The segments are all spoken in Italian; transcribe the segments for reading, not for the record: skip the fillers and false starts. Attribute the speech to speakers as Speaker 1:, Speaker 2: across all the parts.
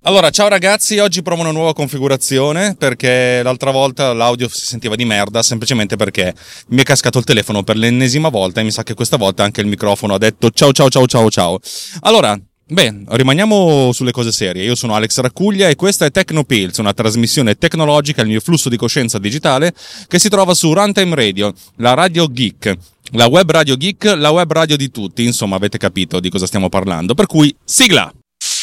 Speaker 1: Allora, ciao ragazzi, oggi provo una nuova configurazione perché l'altra volta l'audio si sentiva di merda semplicemente perché mi è cascato il telefono per l'ennesima volta e mi sa che questa volta anche il microfono ha detto ciao ciao ciao ciao ciao. Allora, rimaniamo sulle cose serie. Io sono Alex Raccuglia e questa è Tecnopills, una trasmissione tecnologica, il mio flusso di coscienza digitale che si trova su Runtime Radio, la radio geek. La web radio geek, la web radio di tutti, insomma avete capito di cosa stiamo parlando, per cui sigla!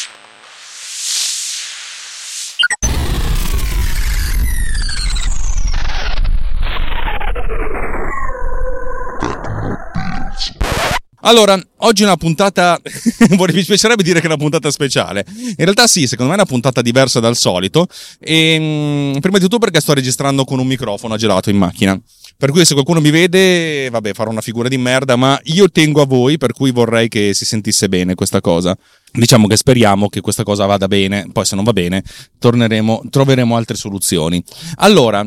Speaker 1: Allora, oggi è una puntata, mi piacerebbe dire che è una puntata speciale, in realtà sì, secondo me è una puntata diversa dal solito, e prima di tutto perché sto registrando con un microfono girato in macchina, per cui se qualcuno mi vede, vabbè, farò una figura di merda, ma io tengo a voi, per cui vorrei che si sentisse bene questa cosa. Diciamo che speriamo che questa cosa vada bene, poi se non va bene troveremo altre soluzioni. Allora,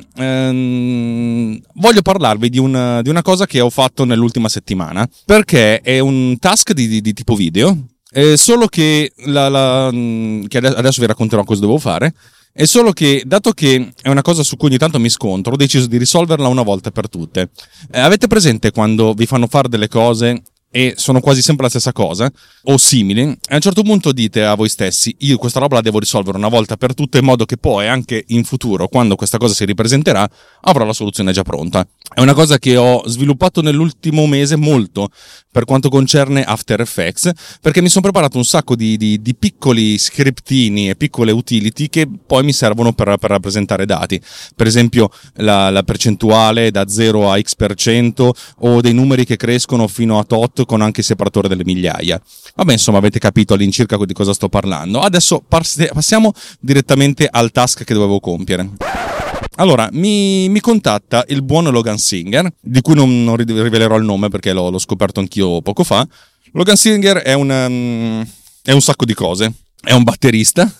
Speaker 1: voglio parlarvi di una cosa che ho fatto nell'ultima settimana, perché è un task di tipo video, solo che, che adesso vi racconterò cosa devo fare. È solo che, dato che è una cosa su cui ogni tanto mi scontro, ho deciso di risolverla una volta per tutte. Avete presente quando vi fanno fare delle cose e sono quasi sempre la stessa cosa o simili? A un certo punto dite a voi stessi: io questa roba la devo risolvere una volta per tutte, in modo che poi anche in futuro, quando questa cosa si ripresenterà, avrò la soluzione già pronta. È una cosa che ho sviluppato nell'ultimo mese molto per quanto concerne After Effects, perché mi sono preparato un sacco di piccoli scriptini e piccole utility che poi mi servono per rappresentare dati. Per esempio la percentuale da 0 a x% o dei numeri che crescono fino a tot con anche il separatore delle migliaia. Vabbè, insomma, avete capito all'incirca di cosa sto parlando. Adesso passiamo direttamente al task che dovevo compiere. Allora, mi contatta il buon Logan Singer, di cui non rivelerò il nome perché l'ho scoperto anch'io poco fa. Logan Singer è un sacco di cose. È un batterista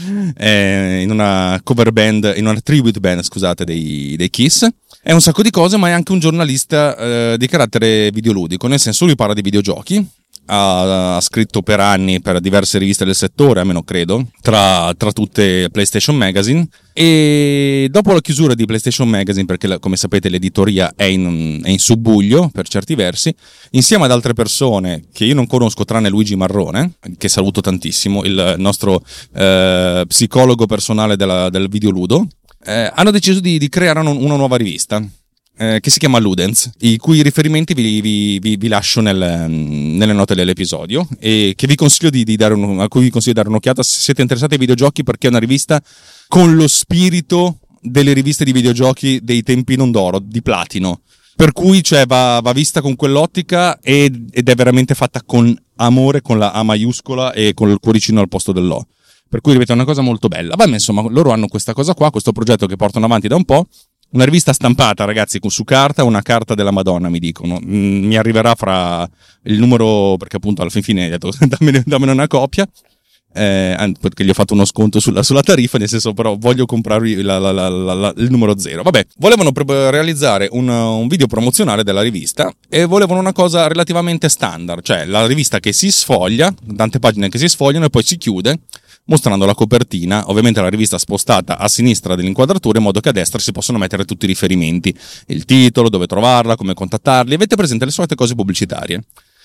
Speaker 1: in una cover band, in una tribute band, scusate, dei Kiss. È un sacco di cose, ma è anche un giornalista di carattere videoludico, nel senso lui parla di videogiochi. Ha scritto per anni per diverse riviste del settore, almeno credo, tra tutte PlayStation Magazine, e dopo la chiusura di PlayStation Magazine, perché come sapete l'editoria è in subbuglio per certi versi, insieme ad altre persone che io non conosco tranne Luigi Marrone, che saluto tantissimo, il nostro psicologo personale del videoludo, hanno deciso di creare una nuova rivista che si chiama Ludens, i cui riferimenti vi lascio nelle note dell'episodio, e che vi consiglio a cui vi consiglio di dare un'occhiata se siete interessati ai videogiochi, perché è una rivista con lo spirito delle riviste di videogiochi dei tempi non d'oro, di platino, per cui cioè va vista con quell'ottica ed è veramente fatta con amore, con la A maiuscola e con il cuoricino al posto dell'O. Per cui ripeto, è una cosa molto bella. Vabbè, insomma, loro hanno questa cosa qua, questo progetto che portano avanti da un po'. Una rivista stampata, ragazzi, su carta, una carta della Madonna, mi dicono. Mi arriverà fra il numero, perché appunto alla fine ho detto dammene una copia, perché gli ho fatto uno sconto sulla tariffa, nel senso, però voglio comprarvi il numero 0. Vabbè, volevano realizzare un video promozionale della rivista e volevano una cosa relativamente standard, cioè la rivista che si sfoglia, tante pagine che si sfogliano e poi si chiude, mostrando la copertina, ovviamente la rivista spostata a sinistra dell'inquadratura, in modo che a destra si possono mettere tutti i riferimenti, il titolo, dove trovarla, come contattarli. Avete presente le solite cose pubblicitarie.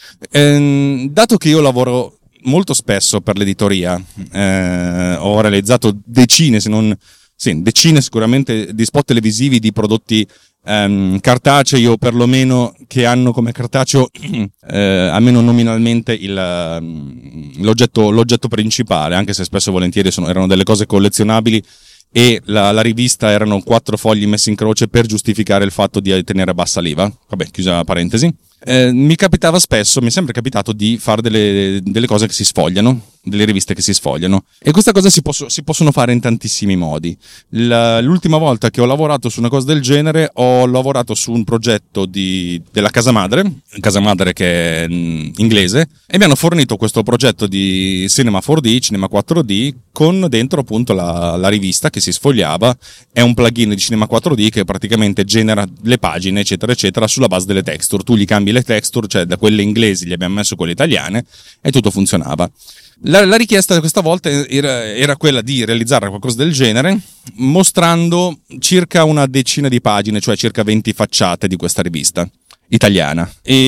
Speaker 1: Dato che io lavoro molto spesso per l'editoria, ho realizzato decine sicuramente di spot televisivi di prodotti cartacei, o perlomeno che hanno come cartaceo almeno nominalmente l'oggetto principale, anche se spesso e volentieri erano delle cose collezionabili e la rivista erano 4 fogli messi in croce per giustificare il fatto di tenere bassa l'IVA. Vabbè, chiusa parentesi. Mi capitava spesso, mi è sempre capitato di fare delle cose che si sfogliano, delle riviste che si sfogliano, e questa cosa si possono fare in tantissimi modi. L'ultima volta che ho lavorato su una cosa del genere, ho lavorato su un progetto della casa madre che è inglese, e mi hanno fornito questo progetto di Cinema 4D, Cinema 4D, con dentro appunto la rivista che si sfogliava. È un plugin di Cinema 4D che praticamente genera le pagine eccetera eccetera sulla base delle texture. Tu gli cambi le texture, cioè da quelle inglesi gli abbiamo messo quelle italiane e tutto funzionava. La richiesta questa volta era quella di realizzare qualcosa del genere, mostrando circa una decina di pagine, cioè circa 20 facciate di questa rivista italiana,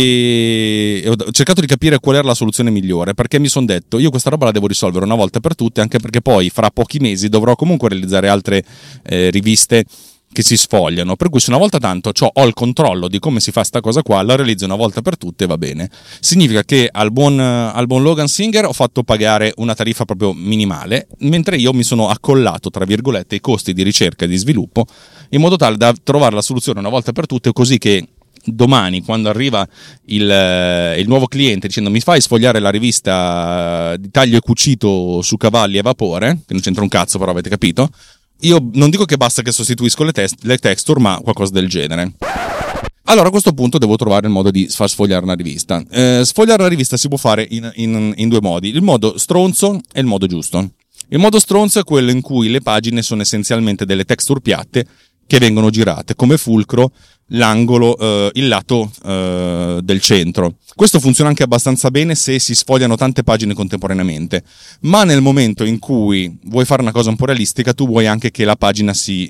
Speaker 1: e ho cercato di capire qual era la soluzione migliore, perché mi sono detto io questa roba la devo risolvere una volta per tutte, anche perché poi fra pochi mesi dovrò comunque realizzare altre riviste che si sfogliano, per cui se una volta tanto ho il controllo di come si fa sta cosa qua, la realizzo una volta per tutte e va bene. Significa che al buon Logan Singer ho fatto pagare una tariffa proprio minimale, mentre io mi sono accollato, tra virgolette, i costi di ricerca e di sviluppo, in modo tale da trovare la soluzione una volta per tutte, così che domani, quando arriva il nuovo cliente dicendo mi fai sfogliare la rivista di taglio e cucito su cavalli e vapore, che non c'entra un cazzo, però avete capito, io non dico che basta che sostituisco le texture, ma qualcosa del genere. Allora a questo punto devo trovare il modo di far sfogliare una rivista. Sfogliare una rivista si può fare in due modi: il modo stronzo e il modo giusto. Il modo stronzo è quello in cui le pagine sono essenzialmente delle texture piatte che vengono girate come fulcro, l'angolo, il lato del centro. Questo funziona anche abbastanza bene se si sfogliano tante pagine contemporaneamente, ma nel momento in cui vuoi fare una cosa un po' realistica, tu vuoi anche che la pagina come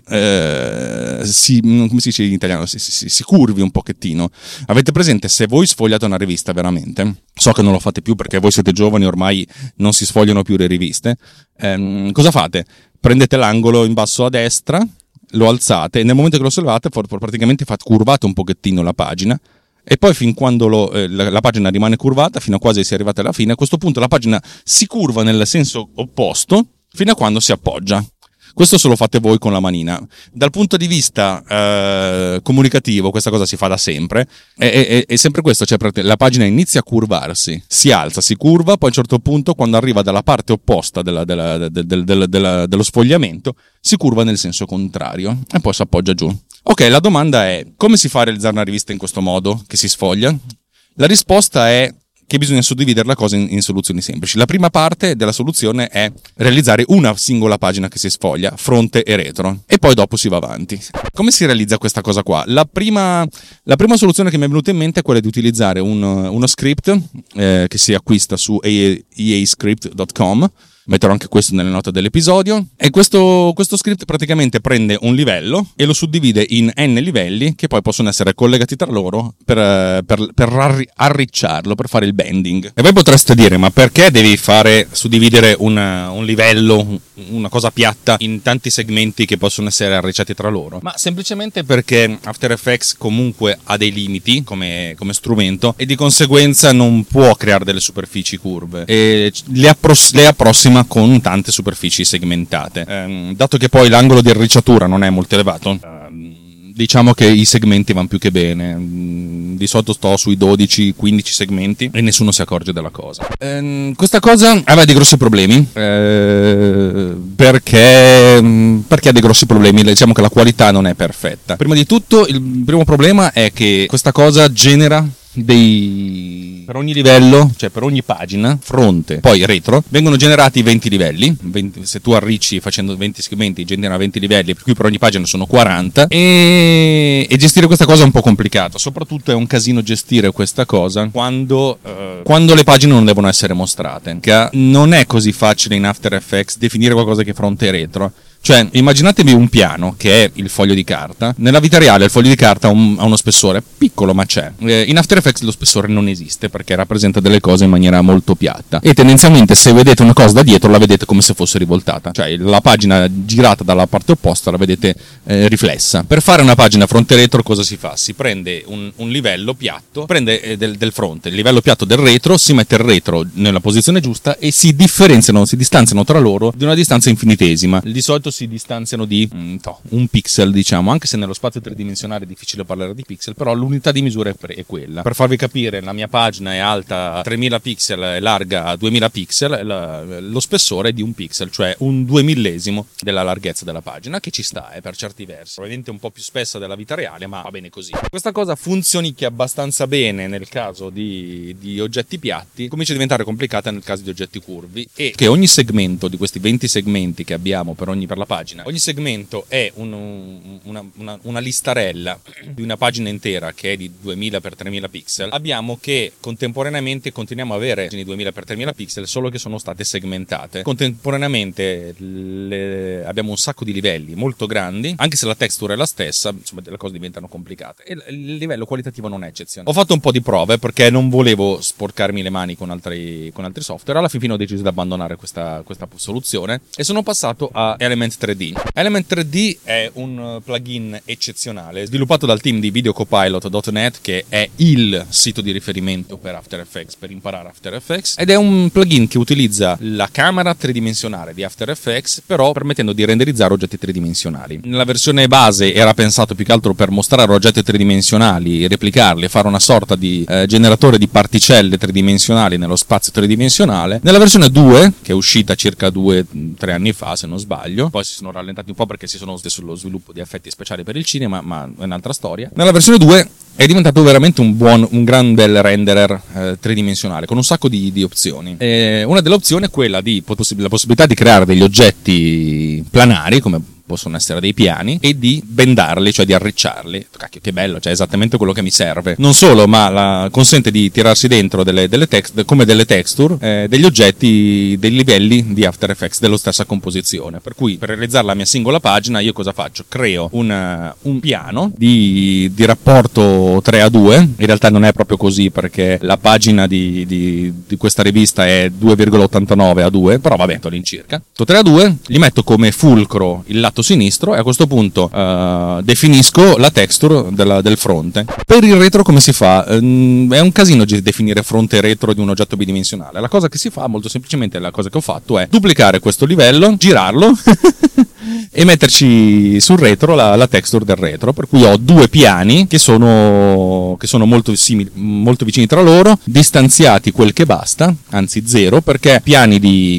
Speaker 1: si dice in italiano, si curvi un pochettino. Avete presente, se voi sfogliate una rivista veramente, so che non lo fate più perché voi siete giovani, ormai non si sfogliano più le riviste, cosa fate? Prendete l'angolo in basso a destra, lo alzate e nel momento che lo sollevate praticamente curvate un pochettino la pagina, e poi fin quando la pagina rimane curvata, fino a quasi si è arrivati alla fine, a questo punto la pagina si curva nel senso opposto fino a quando si appoggia. Questo se lo fate voi con la manina. Dal punto di vista comunicativo questa cosa si fa da sempre, è sempre questo, cioè la pagina inizia a curvarsi, si alza, si curva, poi a un certo punto quando arriva dalla parte opposta dello sfogliamento si curva nel senso contrario e poi si appoggia giù. Ok, la domanda è: come si fa a realizzare una rivista in questo modo, che si sfoglia? La risposta è che bisogna suddividere la cosa in soluzioni semplici. La prima parte della soluzione è realizzare una singola pagina che si sfoglia, fronte e retro, e poi dopo si va avanti. Come si realizza questa cosa qua? La prima soluzione che mi è venuta in mente è quella di utilizzare uno script che si acquista su eascript.com. Metterò anche questo nelle note dell'episodio. E questo script praticamente prende un livello e lo suddivide in n livelli che poi possono essere collegati tra loro per arricciarlo, per fare il bending. E voi potreste dire: ma perché devi suddividere un livello, una cosa piatta, in tanti segmenti che possono essere arricciati tra loro? Ma semplicemente perché After Effects comunque ha dei limiti come strumento, e di conseguenza non può creare delle superfici curve e le approssima con tante superfici segmentate. Dato che poi l'angolo di arricciatura non è molto elevato, diciamo che i segmenti vanno più che bene. Di solito sto sui 12-15 segmenti e nessuno si accorge della cosa. Questa cosa aveva dei grossi problemi, perché ha dei grossi problemi. Diciamo che la qualità non è perfetta. Prima di tutto, il primo problema è che questa cosa genera per ogni livello, cioè per ogni pagina, fronte, poi retro, vengono generati 20 livelli. Se tu arricci facendo 20 segmenti, genera 20 livelli, per cui per ogni pagina sono 40, e gestire questa cosa è un po' complicato. Soprattutto è un casino gestire questa cosa quando le pagine non devono essere mostrate. Non è così facile in After Effects definire qualcosa che è fronte e retro. Cioè, immaginatevi un piano che è il foglio di carta. Nella vita reale il foglio di carta ha uno spessore piccolo, ma c'è. In After Effects lo spessore non esiste perché rappresenta delle cose in maniera molto piatta, e tendenzialmente se vedete una cosa da dietro la vedete come se fosse rivoltata, cioè la pagina girata dalla parte opposta la vedete riflessa. Per fare una pagina fronte e retro cosa si fa? Si prende un livello piatto, prende del fronte il livello piatto del retro, si mette il retro nella posizione giusta e si distanziano tra loro di una distanza infinitesima. Di solito si distanziano di un pixel, diciamo, anche se nello spazio tridimensionale è difficile parlare di pixel, però l'unità di misura è quella. Per farvi capire, la mia pagina è alta 3000 pixel e larga 2000 pixel, lo spessore è di un pixel, cioè un 2000esimo della larghezza della pagina, che ci sta, per certi versi. Probabilmente un po' più spessa della vita reale, ma va bene così. Questa cosa funzionicchia abbastanza bene nel caso di oggetti piatti, comincia a diventare complicata nel caso di oggetti curvi, e che ogni segmento di questi 20 segmenti che abbiamo per la la pagina. Ogni segmento è una listarella di una pagina intera che è di 2000 x 3000 pixel. Abbiamo che contemporaneamente continuiamo a avere 2000 x 3000 pixel, solo che sono state segmentate. Contemporaneamente abbiamo un sacco di livelli molto grandi, anche se la texture è la stessa, insomma le cose diventano complicate e il livello qualitativo non è eccezionale. Ho fatto un po' di prove perché non volevo sporcarmi le mani con altri software. Alla fine ho deciso di abbandonare questa soluzione e sono passato a Element 3D. Element 3D è un plugin eccezionale sviluppato dal team di videocopilot.net, che è il sito di riferimento per After Effects, per imparare After Effects, ed è un plugin che utilizza la camera tridimensionale di After Effects, però permettendo di renderizzare oggetti tridimensionali. Nella versione base era pensato più che altro per mostrare oggetti tridimensionali, replicarli, fare una sorta di generatore di particelle tridimensionali nello spazio tridimensionale. Nella versione 2, che è uscita circa 2-3 anni fa se non sbaglio, poi si sono rallentati un po' perché si sono sullo sviluppo di effetti speciali per il cinema, ma è un'altra storia. Nella versione 2 è diventato veramente un gran bel renderer tridimensionale con un sacco di opzioni. Una delle opzioni è quella di la possibilità di creare degli oggetti planari, come possono essere dei piani, e di bendarli, cioè di arricciarli. Cacchio, che bello, cioè esattamente quello che mi serve. Non solo, ma consente di tirarsi dentro delle texture, degli oggetti, dei livelli di After Effects della stessa composizione. Per cui per realizzare la mia singola pagina io cosa faccio? Creo un piano di rapporto 3:2. In realtà non è proprio così, perché la pagina di questa rivista è 2,89:2, però vabbè, all'incirca. 3:2, gli metto come fulcro il lato sinistro e a questo punto definisco la texture del fronte. Per il retro come si fa? È un casino definire fronte e retro di un oggetto bidimensionale. La cosa che si fa molto semplicemente, la cosa che ho fatto è duplicare questo livello, girarlo e metterci sul retro la texture del retro, per cui ho due piani che sono molto simili, molto vicini tra loro, distanziati quel che basta, anzi zero, perché piani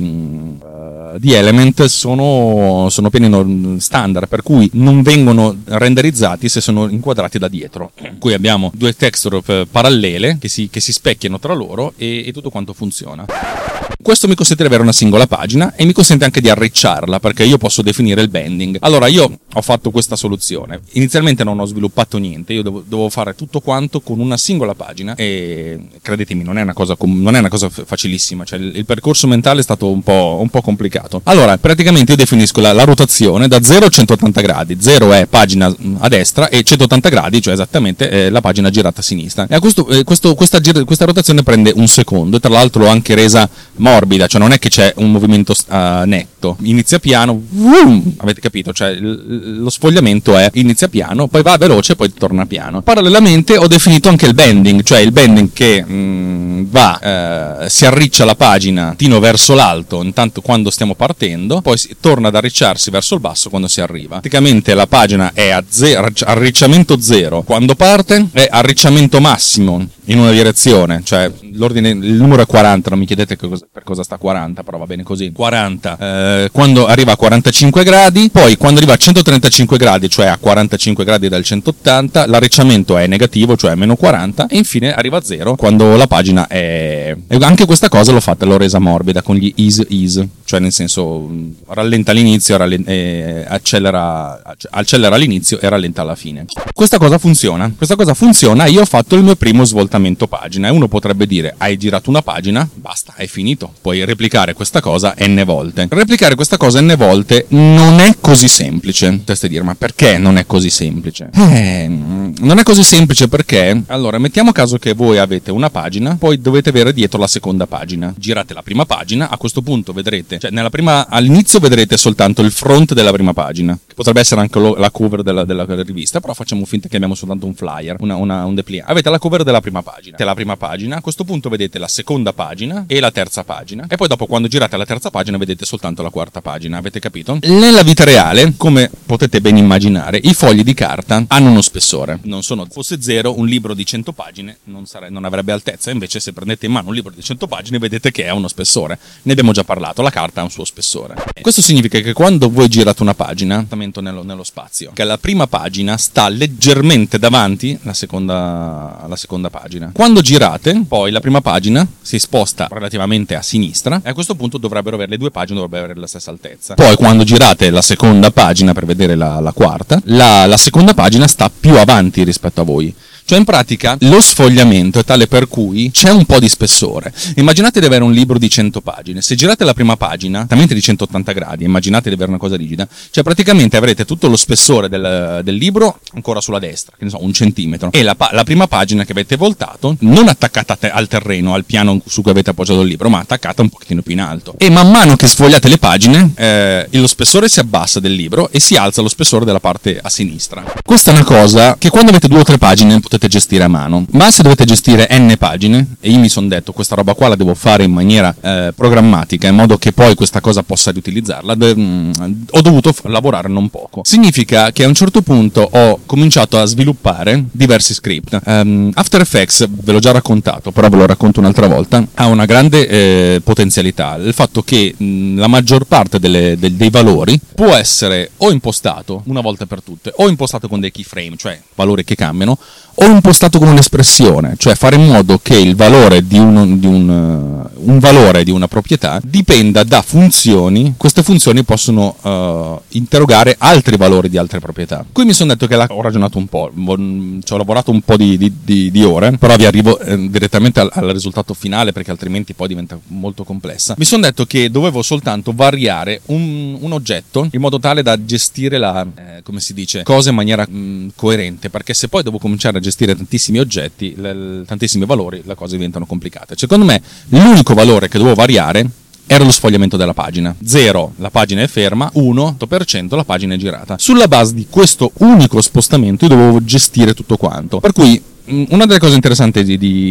Speaker 1: di Element sono piani standard, per cui non vengono renderizzati se sono inquadrati da dietro. Qui abbiamo due texture parallele che si specchiano tra loro e tutto quanto funziona. Questo mi consente di avere una singola pagina e mi consente anche di arricciarla, perché io posso definire il bending. Allora io ho fatto questa soluzione. Inizialmente non ho sviluppato niente, io dovevo fare tutto quanto con una singola pagina e credetemi non è una cosa facilissima, cioè il percorso mentale è stato un po' complicato. Allora praticamente io definisco la rotazione da 0 a 180 gradi. 0 è pagina a destra e 180 gradi, cioè esattamente la pagina girata a sinistra. E a questa rotazione prende un secondo, e tra l'altro l'ho anche resa morbida, cioè non è che c'è un movimento netto, inizia piano, avete capito, cioè lo sfogliamento è inizia piano, poi va veloce, poi torna piano. Parallelamente ho definito anche il bending, cioè il bending che si arriccia la pagina verso l'alto intanto quando stiamo partendo, poi torna ad arricciarsi verso il basso quando si arriva. Praticamente la pagina è a arricciamento 0 quando parte, è arricciamento massimo in una direzione, cioè il numero è 40, non mi chiedete per cosa sta 40, però va bene così. 40 quando arriva a 45 gradi, poi quando arriva a 135 gradi, cioè a 45 gradi dal 180, l'arricciamento è negativo, cioè meno 40, e infine arriva a 0 quando la pagina è... E anche questa cosa l'ho resa morbida con gli ease, cioè nel senso rallenta all'inizio, accelera all'inizio e rallenta alla fine. Questa cosa funziona, io ho fatto il mio primo svoltamento pagina, e uno potrebbe dire: hai girato una pagina, basta, è finito, puoi replicare questa cosa n volte. Replicare questa cosa n volte non è così semplice. Potreste dire: ma perché non è così semplice? Non è così semplice perché, allora, mettiamo caso che voi avete una pagina, poi dovete avere dietro la seconda pagina. Girate la prima pagina, a questo punto vedrete, cioè all'inizio vedrete soltanto il front della prima pagina, che potrebbe essere anche la cover della rivista, però facciamo finta che abbiamo soltanto un flyer, un dépliant. Avete la cover della prima pagina, a questo punto vedete la seconda pagina e la terza pagina, e poi dopo, quando girate la terza pagina, vedete soltanto la quarta pagina. Avete capito? Nella vita reale, come potete ben immaginare, i fogli di carta hanno uno spessore. Non sono, fosse 0, un libro di 100 pagine non avrebbe altezza, invece se prendete in mano un libro di 100 pagine vedete che ha uno spessore. Ne abbiamo già parlato, la carta ha un suo spessore. Questo significa che quando voi girate una pagina, spostamento nello spazio, che la prima pagina sta leggermente davanti alla seconda pagina. Quando girate, poi la prima pagina si sposta relativamente a sinistra e a questo punto le due pagine dovrebbero avere la stessa altezza. Poi quando girate la seconda pagina per vedere la quarta, la seconda pagina sta più avanti rispetto a voi. Cioè in pratica lo sfogliamento è tale per cui c'è un po' di spessore. Immaginate di avere un libro di 100 pagine. Se girate la prima pagina, esattamente di 180 gradi, immaginate di avere una cosa rigida, cioè praticamente avrete tutto lo spessore del libro ancora sulla destra, che ne so, 1 centimetro, e la prima pagina che avete voltato non attaccata al terreno, al piano su cui avete appoggiato il libro, ma attaccata un pochettino più in alto. E man mano che sfogliate le pagine, lo spessore si abbassa del libro e si alza lo spessore della parte a sinistra. Questa è una cosa che quando avete 2 o 3 pagine potete gestire a mano, ma se dovete gestire n pagine, e io mi sono detto questa roba qua la devo fare in maniera programmatica in modo che poi questa cosa possa riutilizzarla, ho dovuto lavorare non poco. Significa che a un certo punto ho cominciato a sviluppare diversi script. After Effects, ve l'ho già raccontato, però ve lo racconto un'altra volta, ha una grande potenzialità, il fatto che la maggior parte dei valori può essere o impostato una volta per tutte, o impostato con dei keyframe, cioè valori che cambiano, o impostato con un'espressione, cioè fare in modo che il valore di un valore di una proprietà dipenda da funzioni. Queste funzioni possono interrogare altri valori di altre proprietà. Qui mi sono detto che ho ragionato un po', ci ho lavorato un po' di ore, però vi arrivo direttamente al risultato finale perché altrimenti poi diventa molto complessa. Mi sono detto che dovevo soltanto variare un oggetto in modo tale da gestire come si dice, cose in maniera coerente, perché se poi devo cominciare a gestire tantissimi oggetti, tantissimi valori, le cose diventano complicate. Secondo me l'unico valore che dovevo variare era lo sfogliamento della pagina. 0 la pagina è ferma, 1% la pagina è girata. Sulla base di questo unico spostamento io dovevo gestire tutto quanto, per cui una delle cose interessanti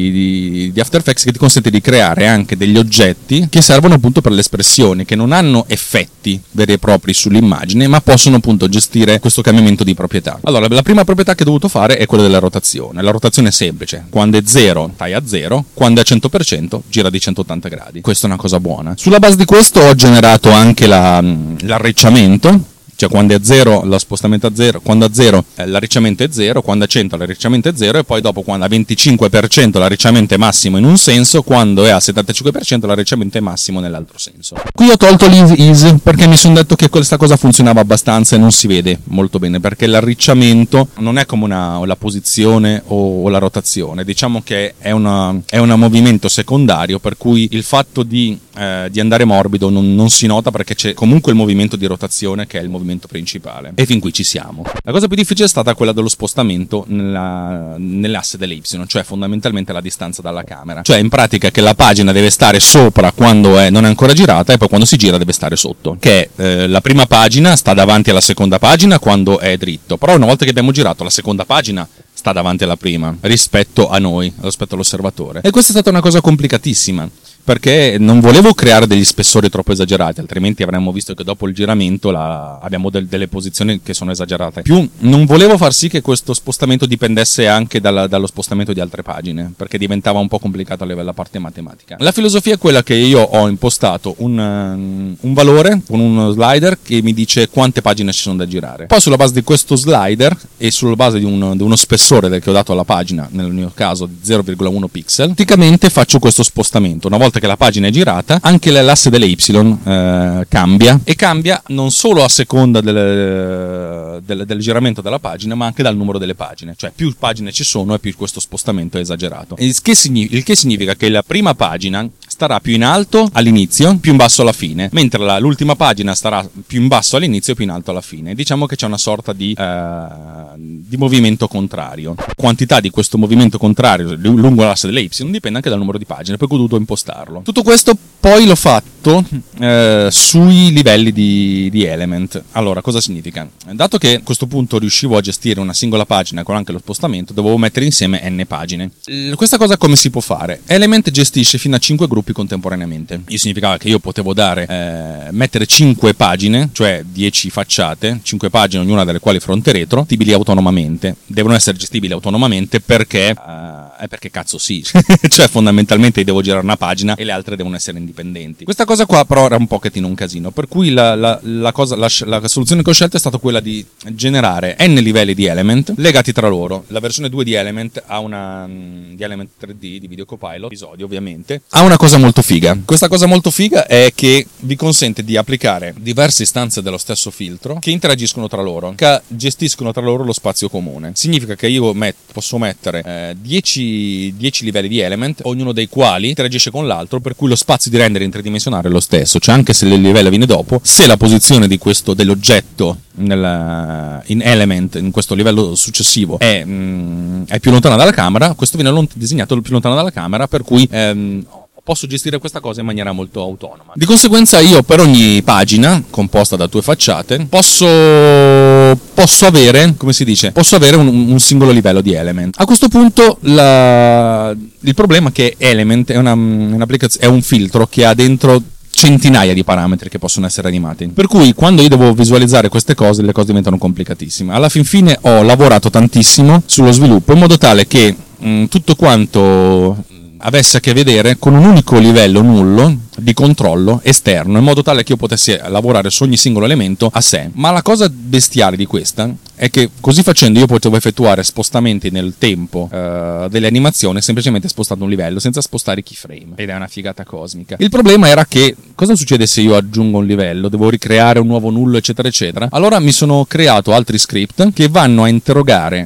Speaker 1: di After Effects è che ti consente di creare anche degli oggetti che servono appunto per le espressioni, che non hanno effetti veri e propri sull'immagine, ma possono appunto gestire questo cambiamento di proprietà. Allora, la prima proprietà che ho dovuto fare è quella della rotazione. La rotazione è semplice: quando è 0 stai a 0, quando è 100% gira di 180 gradi. Questa è una cosa buona. Sulla base di questo ho generato anche l'arrecciamento. Cioè quando è 0 lo spostamento a 0, quando a 0 l'arricciamento è 0, quando a 100 l'arricciamento è 0 e poi dopo quando a 25% l'arricciamento è massimo in un senso, quando è a 75% l'arricciamento è massimo nell'altro senso. Qui ho tolto l'ease perché mi sono detto che questa cosa funzionava abbastanza e non si vede molto bene, perché l'arricciamento non è come la posizione o la rotazione, diciamo che è un movimento secondario, per cui il fatto di andare morbido non si nota perché c'è comunque il movimento di rotazione che è il movimento principale. E fin qui ci siamo. La cosa più difficile è stata quella dello spostamento nell'asse delle Y, cioè fondamentalmente la distanza dalla camera. Cioè in pratica che la pagina deve stare sopra quando non è ancora girata e poi quando si gira deve stare sotto. Che la prima pagina sta davanti alla seconda pagina quando è dritto, però una volta che abbiamo girato la seconda pagina sta davanti alla prima rispetto a noi, rispetto all'osservatore. E questa è stata una cosa complicatissima, perché non volevo creare degli spessori troppo esagerati, altrimenti avremmo visto che dopo il giramento abbiamo delle posizioni che sono esagerate. Più non volevo far sì che questo spostamento dipendesse anche dallo spostamento di altre pagine, perché diventava un po' complicato la parte matematica. La filosofia è quella che io ho impostato un valore con uno slider che mi dice quante pagine ci sono da girare. Poi sulla base di questo slider e sulla base di uno spessore che ho dato alla pagina, nel mio caso di 0,1 pixel, praticamente faccio questo spostamento. Una volta che la pagina è girata, anche l'asse delle Y cambia, e cambia non solo a seconda del giramento della pagina, ma anche dal numero delle pagine. Cioè più pagine ci sono e più questo spostamento è esagerato. Il che significa che la prima pagina starà più in alto all'inizio, più in basso alla fine, mentre l'ultima pagina starà più in basso all'inizio e più in alto alla fine. Diciamo che c'è una sorta di movimento contrario. Quantità di questo movimento contrario lungo l'asse delle Y dipende anche dal numero di pagine, per cui ho dovuto impostarlo. Tutto questo poi l'ho fatto sui livelli di Element. Allora, cosa significa? Dato che a questo punto riuscivo a gestire una singola pagina con anche lo spostamento, dovevo mettere insieme n pagine. Questa cosa come si può fare? Element gestisce fino a 5 gruppi contemporaneamente. Il significava che io potevo mettere 5 pagine, cioè 10 facciate, 5 pagine ognuna delle quali fronte e retro, gestibili autonomamente. Devono essere gestibili autonomamente perché cazzo sì, cioè fondamentalmente devo girare una pagina e le altre devono essere indipendenti. Questa cosa qua però era un pochettino un casino, per cui la soluzione che ho scelto è stata quella di generare n livelli di element legati tra loro. La versione 2 di Element ha di Element 3D, di Video Copilot, episodio ovviamente, ha una cosa molto figa. Questa cosa molto figa è che vi consente di applicare diverse istanze dello stesso filtro che interagiscono tra loro, che gestiscono tra loro lo spazio comune. Significa che io posso mettere 10 livelli di element, ognuno dei quali interagisce con l'altro, per cui lo spazio di render in tridimensionale è lo stesso, cioè anche se il livello viene dopo, se la posizione dell'oggetto in element, in questo livello successivo, è più lontana dalla camera, questo viene disegnato più lontano dalla camera, per cui posso gestire questa cosa in maniera molto autonoma. Di conseguenza io per ogni pagina composta da 2 facciate posso avere, come si dice, un singolo livello di element. A questo punto il problema è che Element è è un filtro che ha dentro centinaia di parametri che possono essere animati, per cui quando io devo visualizzare queste cose, le cose diventano complicatissime. Alla fin fine ho lavorato tantissimo sullo sviluppo in modo tale che tutto quanto avesse a che vedere con un unico livello nullo di controllo esterno, in modo tale che io potessi lavorare su ogni singolo elemento a sé. Ma la cosa bestiale di questa è che così facendo io potevo effettuare spostamenti nel tempo delle animazioni semplicemente spostando un livello senza spostare i keyframe, ed è una figata cosmica. Il problema era che cosa succede se io aggiungo un livello, devo ricreare un nuovo nullo eccetera eccetera. Allora mi sono creato altri script che vanno a interrogare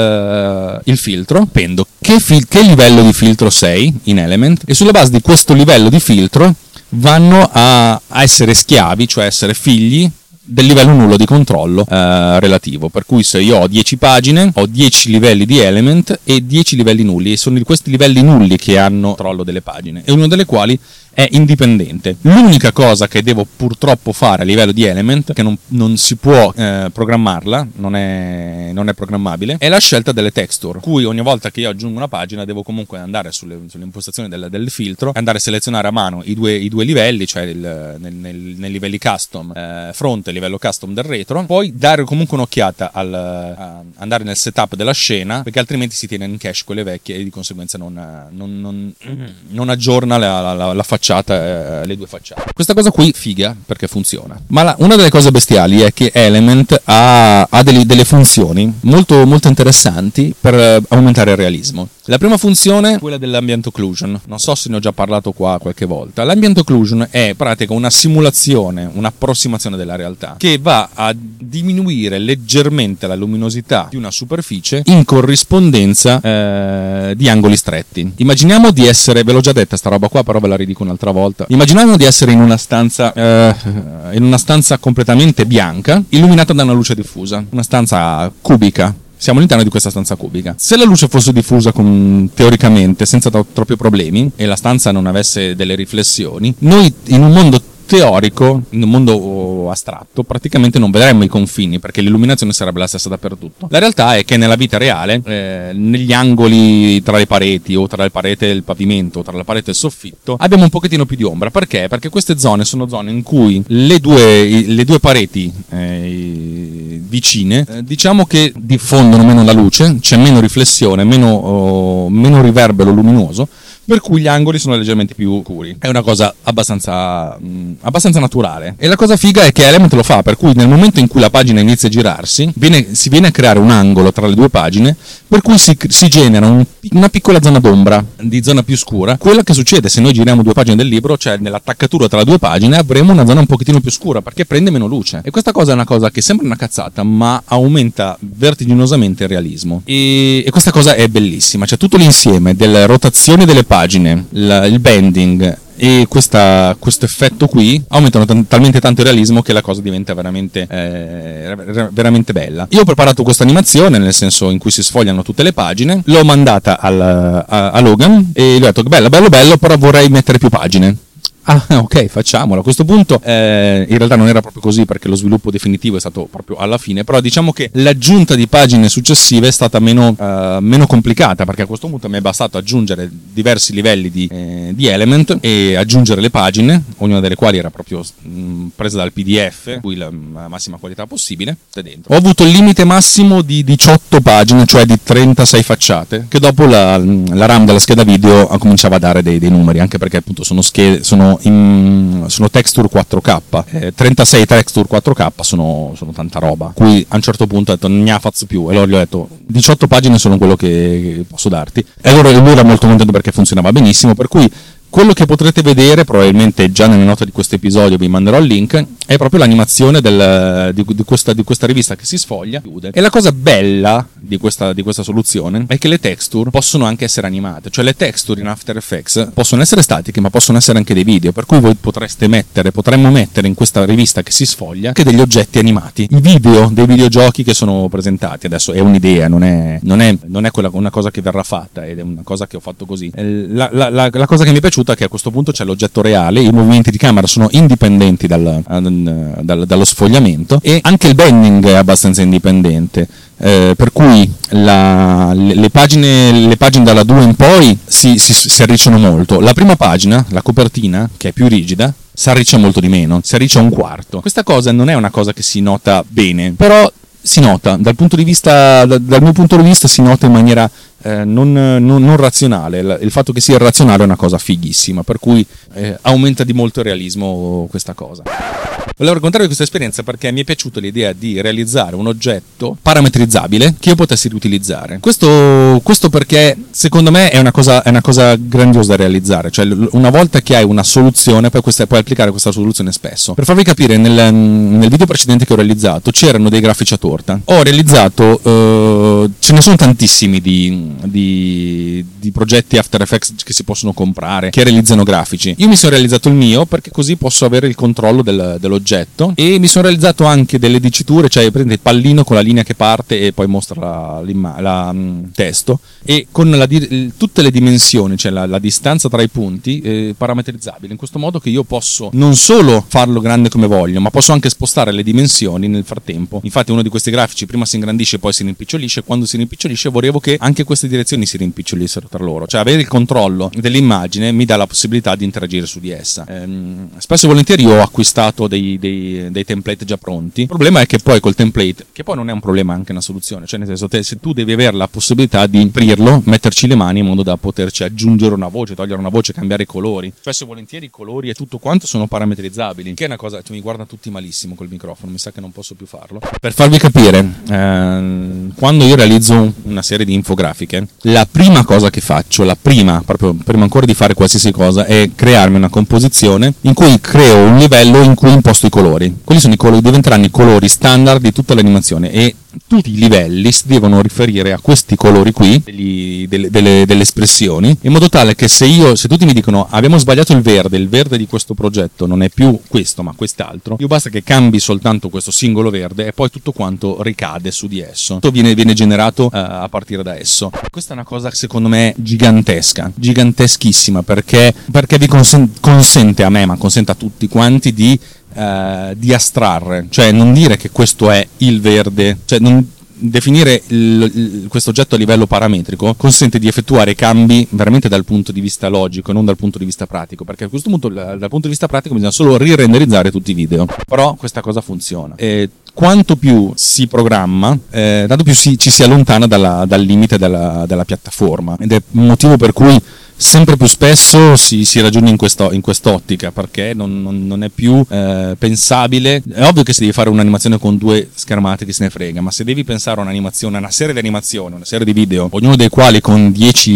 Speaker 1: il filtro, appendo che livello di filtro sei in Element, e sulla base di questo livello di filtro vanno a essere schiavi, cioè essere figli del livello nullo di controllo relativo. Per cui se io ho 10 pagine, ho 10 livelli di element e 10 livelli nulli, e sono questi livelli nulli che hanno controllo delle pagine, e uno delle quali è indipendente. L'unica cosa che devo purtroppo fare a livello di element, che non si può programmarla, non è programmabile, è la scelta delle texture, cui ogni volta che io aggiungo una pagina devo comunque andare sulle impostazioni del filtro, andare a selezionare a mano i due livelli, cioè nei livelli custom front e livello custom del retro, poi dare comunque un'occhiata andare nel setup della scena, perché altrimenti si tiene in cache quelle vecchie e di conseguenza non aggiorna la facciata, le due facciate. Questa cosa qui figa perché funziona, ma una delle cose bestiali è che Element ha delle funzioni molto, molto interessanti per aumentare il realismo. La prima funzione è quella dell'ambient occlusion. Non so se ne ho già parlato qua qualche volta. L'ambient occlusion è in pratica una simulazione, un'approssimazione della realtà che va a diminuire leggermente la luminosità di una superficie in corrispondenza di angoli stretti. Immaginiamo di essere, ve l'ho già detta sta roba qua, però ve la ridico un'altra volta. Immaginiamo di essere in una stanza completamente bianca, illuminata da una luce diffusa, una stanza cubica. Siamo all'interno di questa stanza cubica. Se la luce fosse diffusa teoricamente senza troppi problemi e la stanza non avesse delle riflessioni, noi in un mondo teorico, in un mondo astratto, praticamente non vedremmo i confini, perché l'illuminazione sarebbe la stessa dappertutto. La realtà è che nella vita reale, negli angoli tra le pareti, o tra le pareti e il pavimento, o tra la parete e il soffitto, abbiamo un pochettino più di ombra. Perché? Perché queste zone sono zone in cui le due pareti vicine, diciamo che diffondono meno la luce, c'è meno riflessione, meno riverbero luminoso, per cui gli angoli sono leggermente più scuri. È una cosa abbastanza naturale. E la cosa figa è che Element lo fa, per cui nel momento in cui la pagina inizia a girarsi, si viene a creare un angolo tra le due pagine, per cui si genera una piccola zona d'ombra, di zona più scura. Quello che succede se noi giriamo 2 pagine del libro, cioè nell'attaccatura tra le 2 pagine, avremo una zona un pochettino più scura, perché prende meno luce. E questa cosa è una cosa che sembra una cazzata, ma aumenta vertiginosamente il realismo. E questa cosa è bellissima. Cioè tutto l'insieme delle rotazioni delle pagine, il bending e questo effetto qui aumentano talmente tanto il realismo che la cosa diventa veramente bella. Io ho preparato questa animazione, nel senso in cui si sfogliano tutte le pagine, l'ho mandata a Logan e gli ho detto bello, però vorrei mettere più pagine. Ah, ok, facciamolo. A questo punto in realtà non era proprio così, perché lo sviluppo definitivo è stato proprio alla fine, però diciamo che l'aggiunta di pagine successive è stata meno complicata, perché a questo punto mi è bastato aggiungere diversi livelli di element e aggiungere le pagine, ognuna delle quali era proprio presa dal PDF, cui la massima qualità possibile dentro. Ho avuto il limite massimo di 18 pagine, cioè di 36 facciate, che dopo la RAM della scheda video cominciava a dare dei numeri, anche perché appunto sono sono texture 4K, 36 texture 4K sono tanta roba, qui a un certo punto ho detto non ne faccio più, e allora gli ho detto 18 pagine sono quello che posso darti, e allora lui era molto contento perché funzionava benissimo, per cui quello che potrete vedere, probabilmente già nelle note di questo episodio vi manderò il link, è proprio l'animazione di questa rivista che si sfoglia. E la cosa bella di questa soluzione è che le texture possono anche essere animate, cioè le texture in After Effects possono essere statiche ma possono essere anche dei video, per cui voi potremmo mettere in questa rivista che si sfoglia anche degli oggetti animati, i video dei videogiochi che sono presentati. Adesso è un'idea, non è una cosa che verrà fatta, ed è una cosa che ho fatto così. La cosa che mi è piaciuta è che a questo punto c'è l'oggetto reale, i movimenti di camera sono indipendenti dallo sfogliamento, e anche il bending è abbastanza indipendente, per cui le pagine dalla 2 in poi si arricciano molto. La prima pagina, la copertina, che è più rigida, si arriccia molto di meno, si arriccia un quarto. Questa cosa non è una cosa che si nota bene, però si nota dal mio punto di vista si nota in maniera non razionale. Il fatto che sia irrazionale è una cosa fighissima, per cui aumenta di molto il realismo questa cosa. Volevo raccontarvi questa esperienza perché mi è piaciuta l'idea di realizzare un oggetto parametrizzabile che io potessi riutilizzare. Questo perché secondo me è una cosa grandiosa da realizzare, cioè una volta che hai una soluzione puoi applicare questa soluzione spesso. Per farvi capire, nel video precedente che ho realizzato c'erano dei grafici a torta. Ho realizzato, ce ne sono tantissimi di progetti After Effects che si possono comprare, che realizzano grafici. Io mi sono realizzato il mio perché così posso avere il controllo dell'oggetto, e mi sono realizzato anche delle diciture, cioè prende il pallino con la linea che parte e poi mostra il testo, e con tutte le dimensioni, cioè la distanza tra i punti parametrizzabile, in questo modo che io posso non solo farlo grande come voglio, ma posso anche spostare le dimensioni nel frattempo. Infatti uno di questi grafici prima si ingrandisce e poi si rimpicciolisce. Quando si rimpicciolisce volevo che anche queste direzioni si rimpicciolissero tra loro, cioè avere il controllo dell'immagine mi dà la possibilità di interagire su di essa. Spesso e volentieri ho acquistato dei template già pronti. Il problema è che poi col template, che poi non è un problema, anche una soluzione, cioè nel senso, se tu devi avere la possibilità di aprirlo, metterci le mani in modo da poterci aggiungere una voce, togliere una voce, cambiare i colori. Spesso e volentieri i colori e tutto quanto sono parametrizzabili, che è una cosa, mi guarda tutti malissimo col microfono, mi sa che non posso più farlo. Per farvi capire, quando io realizzo una serie di infografiche, la prima cosa che faccio, proprio prima ancora di fare qualsiasi cosa, è crearmi una composizione in cui creo un livello in cui imposto i colori. Quelli sono i colori, diventeranno i colori standard di tutta l'animazione, e tutti i livelli si devono riferire a questi colori qui, delle espressioni, in modo tale che se tutti mi dicono abbiamo sbagliato il verde di questo progetto non è più questo ma quest'altro, io basta che cambi soltanto questo singolo verde e poi tutto quanto ricade su di esso, tutto viene generato a partire da esso. Questa è una cosa secondo me giganteschissima, perché vi consente a me, ma consente a tutti quanti di astrarre, cioè non dire che questo è il verde, cioè non definire questo oggetto a livello parametrico consente di effettuare cambi veramente dal punto di vista logico e non dal punto di vista pratico, perché a questo punto dal punto di vista pratico bisogna solo rirenderizzare tutti i video, però questa cosa funziona. Quanto più si programma, tanto più ci si allontana dal limite della piattaforma, ed è il motivo per cui sempre più spesso si ragiona in quest'ottica, perché non è più pensabile. È ovvio che se devi fare un'animazione con 2 schermate chi se ne frega, ma se devi pensare a un'animazione, una serie di animazioni, una serie di video, ognuno dei quali con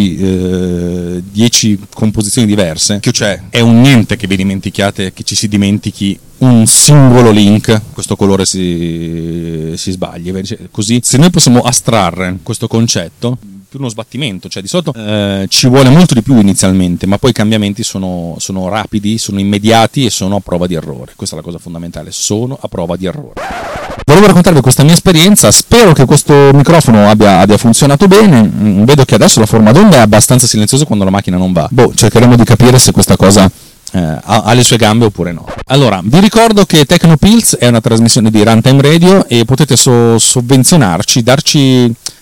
Speaker 1: 10 composizioni diverse, che cioè è un niente che vi dimentichiate, che ci si dimentichi un singolo link, questo colore si sbagli. Così, se noi possiamo astrarre questo concetto, uno sbattimento, cioè di solito ci vuole molto di più inizialmente, ma poi i cambiamenti sono rapidi, sono immediati e sono a prova di errore. Questa è la cosa fondamentale, sono a prova di errore. Volevo raccontarvi questa mia esperienza, spero che questo microfono abbia funzionato bene. Vedo che adesso la forma d'onda è abbastanza silenziosa quando la macchina non va. Cercheremo di capire se questa cosa ha le sue gambe oppure no. Allora, vi ricordo che Tecnopills è una trasmissione di Runtime Radio e potete sovvenzionarci, darci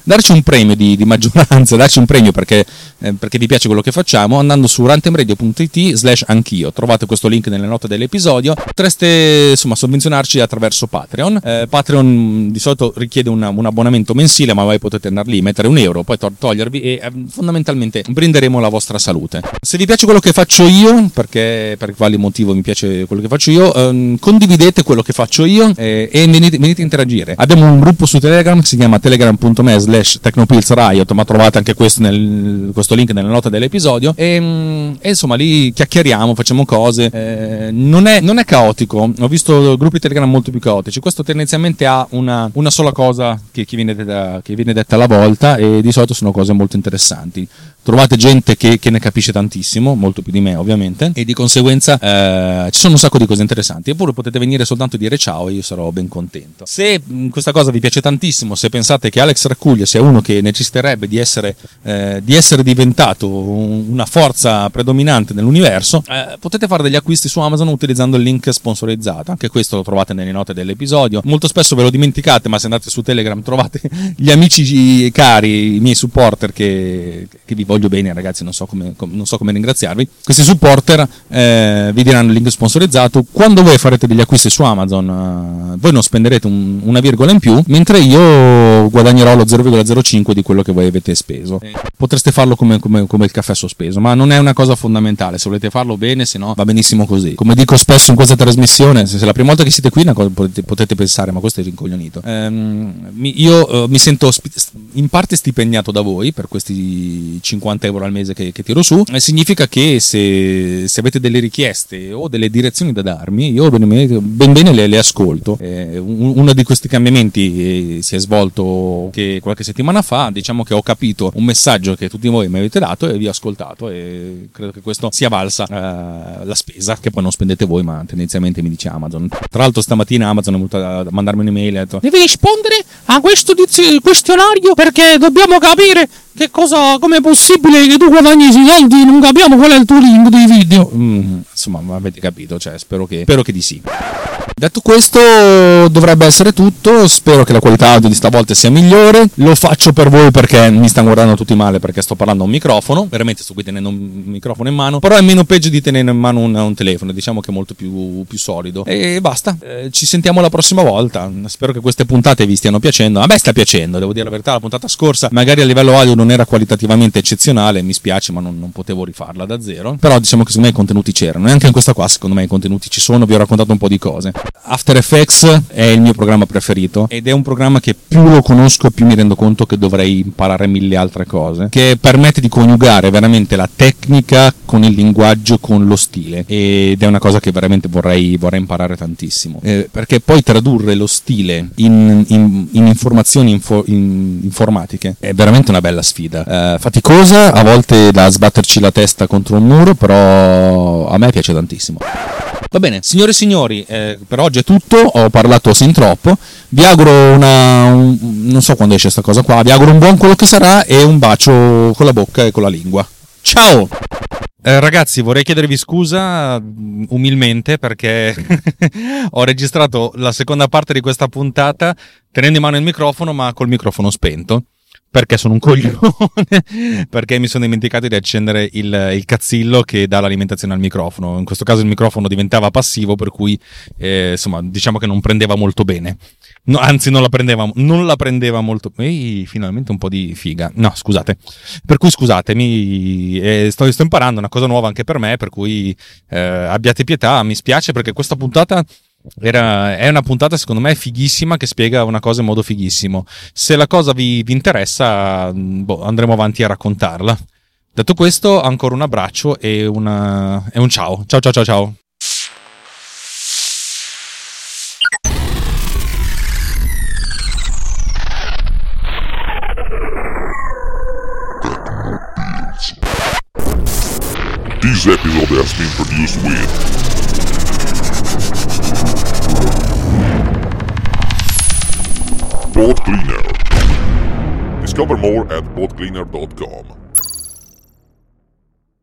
Speaker 1: darci un premio di maggioranza, darci un premio perché vi piace quello che facciamo, andando su rantemradio.it/anch'io. Trovate questo link nelle note dell'episodio. Potreste insomma sovvenzionarci attraverso Patreon. Patreon di solito richiede un abbonamento mensile, ma voi potete andare lì, mettere €1, poi togliervi e fondamentalmente brinderemo la vostra salute. Se vi piace quello che faccio io, perché per quale motivo mi piace quello che faccio io, condividete quello che faccio io e venite a interagire. Abbiamo un gruppo su Telegram che si chiama telegram.me/technopillsriot, ma trovate anche questo link nelle note dell'episodio e insomma lì chiacchieriamo, facciamo cose, non è caotico. Ho visto gruppi Telegram molto più caotici. Questo tendenzialmente ha una sola cosa che viene detta alla volta, e di solito sono cose molto interessanti. Trovate gente che ne capisce tantissimo, molto più di me ovviamente, e di conseguenza ci sono un sacco di cose interessanti. Eppure potete venire soltanto a dire ciao e io sarò ben contento. Se questa cosa vi piace tantissimo, se pensate che Alex Raccuglia sia uno che necessiterebbe di essere diventato una forza predominante nell'universo, potete fare degli acquisti su Amazon utilizzando il link sponsorizzato. Anche questo lo trovate nelle note dell'episodio. Molto spesso ve lo dimenticate, ma se andate su Telegram trovate gli amici cari, i miei supporter che vi voglio bene, ragazzi, non so come ringraziarvi. Questi supporter vi diranno il link sponsorizzato. Quando voi farete degli acquisti su Amazon, voi non spenderete una virgola in più, mentre io guadagnerò lo 0,05 di quello che voi avete speso. Potreste farlo come il caffè sospeso, ma non è una cosa fondamentale. Se volete farlo bene, se no va benissimo così. Come dico spesso in questa trasmissione, se è la prima volta che siete qui, una cosa potete pensare, ma questo è rincoglionito. Io mi sento in parte stipendiato da voi per questi €50 al mese che tiro su. Significa che se avete delle richieste o delle direzioni da darmi, io ben bene le ascolto. Uno di questi cambiamenti si è svolto che qualche settimana fa. Diciamo che ho capito un messaggio che tutti voi mi avete dato e vi ho ascoltato, e credo che questo sia valsa la spesa, che poi non spendete voi, ma tendenzialmente mi dice Amazon. Tra l'altro stamattina Amazon è venuta a mandarmi un'email e ha detto: devi rispondere a questo questionario perché dobbiamo capire come è possibile che tu guadagni i soldi, non capiamo qual è il tuo link dei video. Insomma, avete capito, cioè spero che di sì. Detto questo, dovrebbe essere tutto. Spero che la qualità audio di stavolta sia migliore. Lo faccio per voi perché mi stanno guardando tutti male, perché sto parlando a un microfono. Veramente sto qui tenendo un microfono in mano, però è meno peggio di tenere in mano un telefono. Diciamo che è molto più solido. E basta, ci sentiamo la prossima volta. Spero che queste puntate vi stiano piacendo. A me sta piacendo, devo dire la verità. La puntata scorsa magari a livello audio non era qualitativamente eccezionale, mi spiace, ma non potevo rifarla da zero. Però diciamo che secondo me i contenuti c'erano, e anche in questa qua secondo me i contenuti ci sono. Vi ho raccontato un po' di cose. After Effects è il mio programma preferito, ed è un programma che più lo conosco più mi rendo conto che dovrei imparare mille altre cose, che permette di coniugare veramente la tecnica con il linguaggio, con lo stile, ed è una cosa che veramente vorrei imparare tantissimo, perché poi tradurre lo stile in informazioni informatiche è veramente una bella sfida, faticosa, a volte da sbatterci la testa contro un muro, però a me piace tantissimo. Va bene, signore e signori, per oggi è tutto. Ho parlato sin troppo. Vi auguro non so quando esce sta cosa qua. Vi auguro un buon quello che sarà e un bacio con la bocca e con la lingua. Ciao! Ragazzi, vorrei chiedervi scusa umilmente perché ho registrato la seconda parte di questa puntata tenendo in mano il microfono, ma col microfono spento. Perché sono un coglione, perché mi sono dimenticato di accendere il cazzillo che dà l'alimentazione al microfono. In questo caso il microfono diventava passivo, per cui insomma diciamo che non prendeva molto bene. No, anzi non la prendeva molto. Ehi, finalmente un po' di figa. No, scusate. Per cui scusatemi, sto imparando una cosa nuova anche per me, per cui abbiate pietà, mi spiace perché questa puntata è una puntata secondo me fighissima, che spiega una cosa in modo fighissimo. Se la cosa vi interessa, andremo avanti a raccontarla. Detto questo, ancora un abbraccio e un ciao. Ciao.
Speaker 2: This episode has been produced with Pod Cleaner. Discover more at podcleaner.com.